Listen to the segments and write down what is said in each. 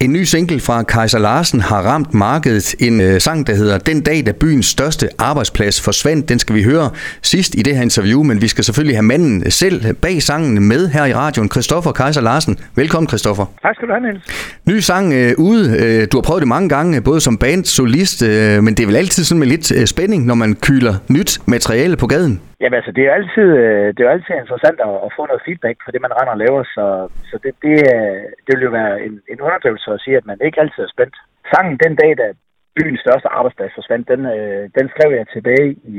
En ny single fra Kaiser Larsen har ramt markedet. En sang, der hedder Den dag, da byens største arbejdsplads forsvandt. Den skal vi høre sidst i det her interview, men vi skal selvfølgelig have manden selv bag sangen med her i radioen, Christoffer Kaiser Larsen. Velkommen, Christoffer. Tak skal du have, Niels. Ny sang ude. Du har prøvet det mange gange, både som band, solist, men det er vel altid sådan med lidt spænding, når man kyler nyt materiale på gaden? Jamen altså, det er jo altid interessant at få noget feedback på det, man render og laver, så det vil jo være en underdrivelse at sige, at man ikke altid er spændt. Sangen Den dag, da byens største arbejdsplads forsvandt, den skrev jeg tilbage i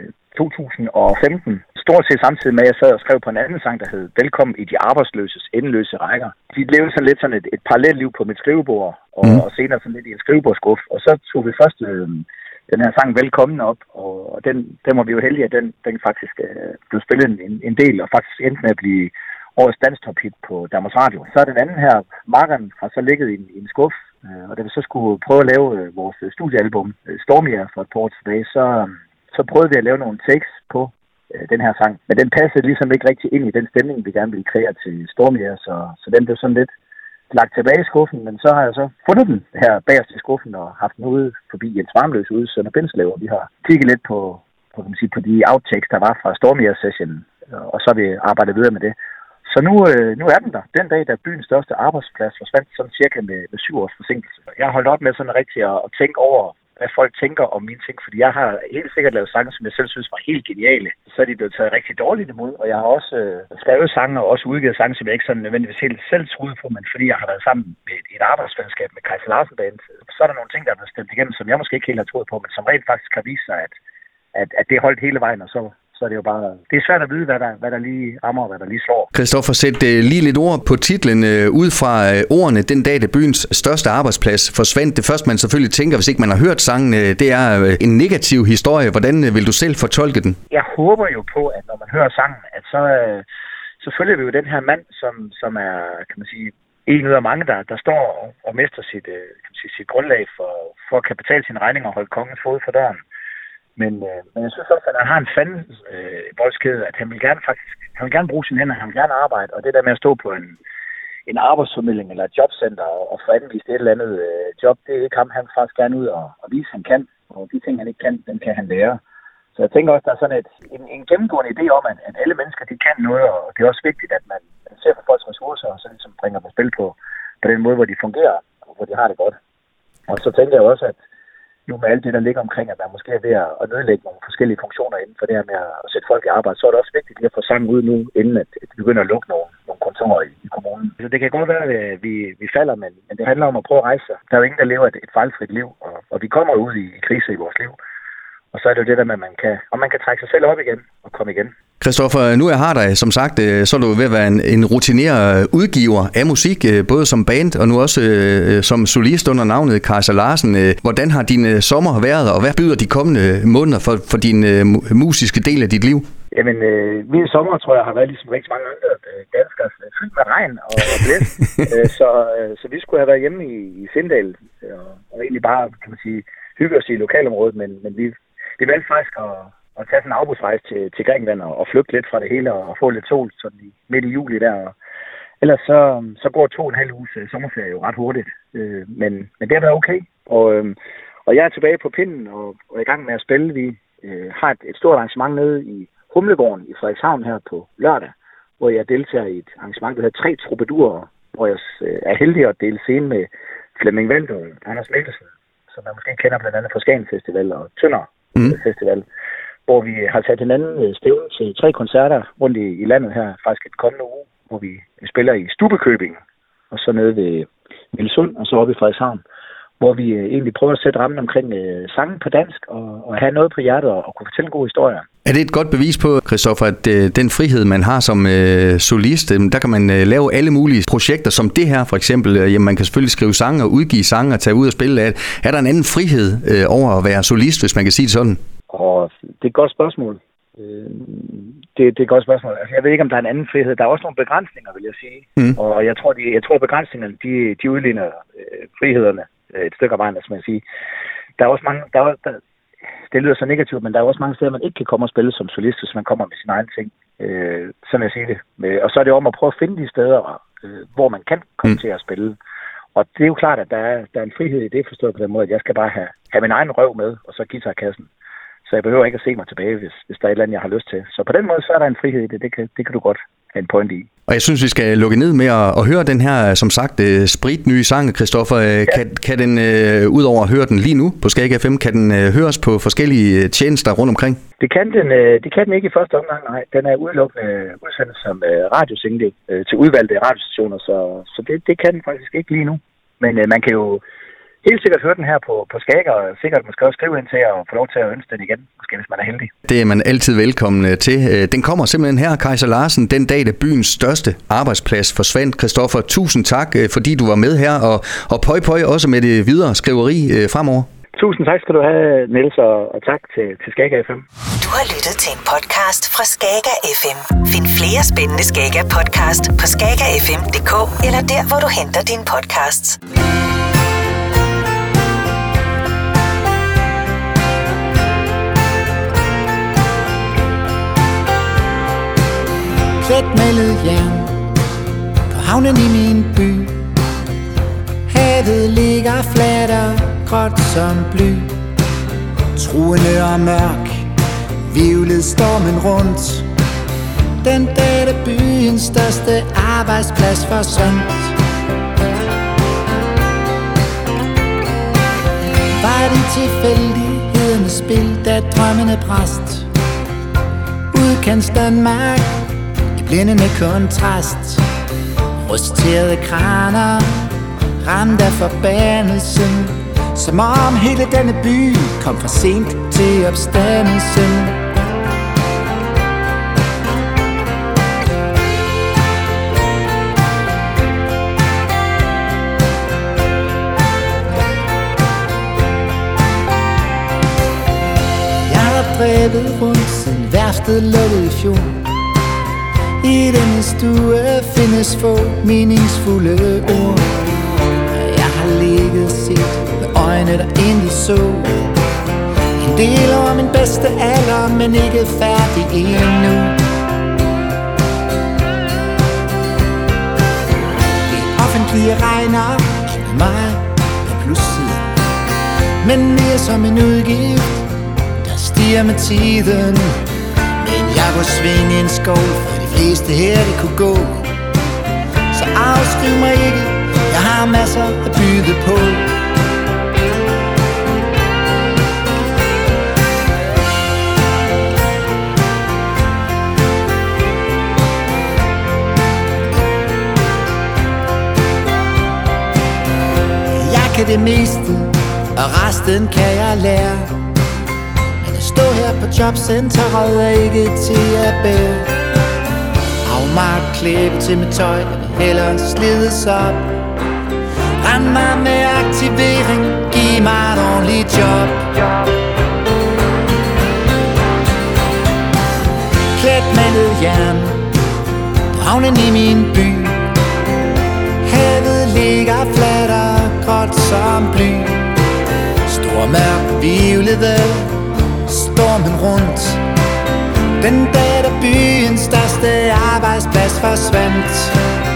2015. Stort set samtidig med, at jeg sad og skrev på en anden sang, der hed Velkommen i de arbejdsløses endeløse rækker. De levede sådan lidt sådan et parallelt liv på mit skrivebord, og senere sådan lidt i en skrivebordskuff. Og så tog vi først den her sang Velkommen op, og den var vi jo heldige, at den faktisk blev spillet en del, og faktisk endte med at blive årets danstophit på Danmarks Radio. Så er den anden her, Marken, har så ligget i en skuff, og da vi så skulle prøve at lave vores studiealbum Stormia for et par år tilbage, så prøvede vi at lave nogle takes på den her sang. Men den passede ligesom ikke rigtig ind i den stemning, vi gerne ville kreere til Stormia, så den blev sådan lidt lagt tilbage i skuffen, men så har jeg så fundet den her bagerst i skuffen og haft den ude forbi Jens Varmløs ude i Sønder Bindslev, og vi har kigget lidt på de outtakes, der var fra Stormia-sessionen, og så har vi arbejdet videre med det. Så nu er den der. Den dag, da byens største arbejdsplads forsvandt sådan cirka med 7 års forsinkelse. Jeg har holdt op med sådan rigtig at tænke over, hvad folk tænker om mine ting, fordi jeg har helt sikkert lavet sange, som jeg selv synes var helt geniale. Så er de blevet taget rigtig dårligt imod, og jeg har også skrevet sange og også udgivet sange, som jeg ikke sådan nødvendigvis helt selv troede på, men fordi jeg har været sammen med et arbejdsfællesskab med Kaiser Larsen Band, så er der nogle ting, der er blevet stemt igennem, som jeg måske ikke helt har troet på, men som rent faktisk har vist sig, at det holdt hele vejen, og så er det jo bare... Det er svært at vide, hvad der lige rammer og hvad der lige slår. Christoffer, sæt lige lidt ord på titlen ud fra ordene Den dag, da byens største arbejdsplads forsvandt. Det første, man selvfølgelig tænker, hvis ikke man har hørt sangen, det er en negativ historie. Hvordan vil du selv fortolke den? Jeg håber jo på, at når man hører sangen, at så følger vi jo den her mand, som er, kan man sige, en ud af mange, der står og mister sit grundlag for at kan betale sine regninger og holde kongens fod for døren. Men jeg synes også, at han har en fandens voldskede, at han vil gerne bruge sine hænder, han vil gerne arbejde, og det der med at stå på en arbejdsformidling eller et jobcenter og få anvist et eller andet job, det er ikke ham. Han vil faktisk gerne ud og vise, at han kan, og de ting, han ikke kan, dem kan han lære. Så jeg tænker også, der er sådan en gennemgående idé om, at alle mennesker, de kan noget, og det er også vigtigt, at man ser på folks ressourcer, og så ligesom bringer på spil på den måde, hvor de fungerer, og hvor de har det godt. Og så tænker jeg også, at nu med alt det, der ligger omkring, at man måske er ved at nedlægge nogle forskellige funktioner inden for det her med at sætte folk i arbejde, så er det også vigtigt at få sangen ud nu, inden at vi begynder at lukke nogle kontorer i kommunen. Så det kan godt være, at vi falder, men det handler om at prøve at rejse sig. Der er jo ingen, der lever et fejlfrit liv, og vi kommer ud i kriser i vores liv. Og så er det jo det der med, at man kan trække sig selv op igen og komme igen. Christoffer, nu jeg har dig, som sagt, så er du ved at være en rutineret udgiver af musik, både som band og nu også som solist under navnet Kaiser Larsen. Hvordan har din sommer været, og hvad byder de kommende måneder for din musiske del af dit liv? Jamen, min sommer, tror jeg, har været ligesom rigtig mange andre danskere, fyldt med regn og blæst. Så vi skulle have været hjemme i Sindal, og egentlig bare, kan man sige, hygge os i lokalområdet, men vi valgte faktisk at tage sådan en afbudsrejse til Grækenland og flygte lidt fra det hele og få lidt sol sådan midt i juli der. Ellers så går 2,5 uges sommerferie jo ret hurtigt. Men det har været okay. Og jeg er tilbage på pinden og er i gang med at spille. Vi har et stort arrangement nede i Humlegården i Frederikshavn her på lørdag, hvor jeg deltager i et arrangement, der hedder 3 Troubadurer, hvor jeg er heldig at dele scene med Flemming Wendt og Anders Mikkelsen, som man måske kender blandt andet fra Skagen Festival og Tønder Festival, hvor vi har sat hinanden stævne til 3 koncerter rundt i landet her, faktisk et kommende uge, hvor vi spiller i Stubbekøbing, og så nede ved Milsund, og så oppe i Frederikshavn, hvor vi egentlig prøver at sætte rammen omkring sangen på dansk, og have noget på hjertet, og kunne fortælle gode historier. Er det et godt bevis på, Christoffer, at den frihed, man har som solist, der kan man lave alle mulige projekter, som det her for eksempel? Jamen, man kan selvfølgelig skrive sange og udgive sange og tage ud og spille. Er der en anden frihed over at være solist, hvis man kan sige det sådan? Det er et godt spørgsmål. Det er et godt spørgsmål. Altså, jeg ved ikke, om der er en anden frihed. Der er også nogle begrænsninger, vil jeg sige. Og jeg tror begrænsningerne, de udligner frihederne et stykke af vejen, som jeg siger. Der er også mange... Det lyder så negativt, men der er også mange steder, man ikke kan komme og spille som solist, hvis man kommer med sin egen ting. Sådan jeg siger det. Og så er det om at prøve at finde de steder, hvor man kan komme til at spille. Og det er jo klart, at der er en frihed i det, forstået på den måde, at jeg skal bare have min egen røv med, og så guitarkassen. Så jeg behøver ikke at se mig tilbage, hvis der er et eller andet, jeg har lyst til. Så på den måde, så er der en frihed i det. Det kan du godt have en point i. Og jeg synes, vi skal lukke ned med at høre den her, som sagt, spritnye sang, Christoffer. Ja. Kan den, udover at høre den lige nu på Skag FM, kan den høres på forskellige tjenester rundt omkring? Det kan den ikke i første omgang, nej. Den er udelukkende udsendt som radiosingle til udvalgte radiostationer, så det kan den faktisk ikke lige nu. Men man kan jo helt sikkert høre den her på Skag, og sikkert måske også skrive ind til og få lov til at ønske den igen, måske hvis man er heldig. Det er man altid velkommen til. Den kommer simpelthen her, Kaiser Larsen, den dag, da byens største arbejdsplads forsvandt. Christoffer, tusind tak, fordi du var med her, og pøj også med det videre skriveri fremover. Tusind tak skal du have, Niels, og tak til Skager FM. Du har lyttet til en podcast fra Skager FM. Find flere spændende Skager podcast på skagerfm.dk eller der, hvor du henter dine podcasts. Kletmalet jern på havnen i min by. Havet ligger fladt og gråt som bly. Truende og mørk hvirvlede stormen rundt. Den dag, da byens største arbejdsplads forsvandt. Var det tilfældighedernes spil, da drømmene brast. Udkants Danmark, blændende kontrast. Rusterede kraner, ramt af forbandelsen. Som om hele denne by kom for sent til opstandelsen. Jeg har drevet rundt siden værftet lukkede i fjor. I denne stue findes få meningsfulde ord. Jeg har ligget set med øjne, der egentlig så. En del over min bedste alder, men ikke færdig endnu. Det offentlige regner med mig på plussiden, men mere som en udgift, der stiger med tiden. Men jeg kunne svinge en skål for de fleste her, det kunne gå. Så afskriv mig ikke, jeg har masser at byde på. Jeg kan det meste, og resten kan jeg lære. Men at stå her på jobcenteret er ikke til at bære. Afmagt klæbe til mit tøj, jeg vil hellere slides op. Rend mig med aktivering, giv mig et ordentligt job. Kletmalet jern på havnen i min by. Havet ligger fladt og gråt som bly. Stor mørk hvirvlede stormen rundt. Den dag, da byens største arbejdsplads forsvandt.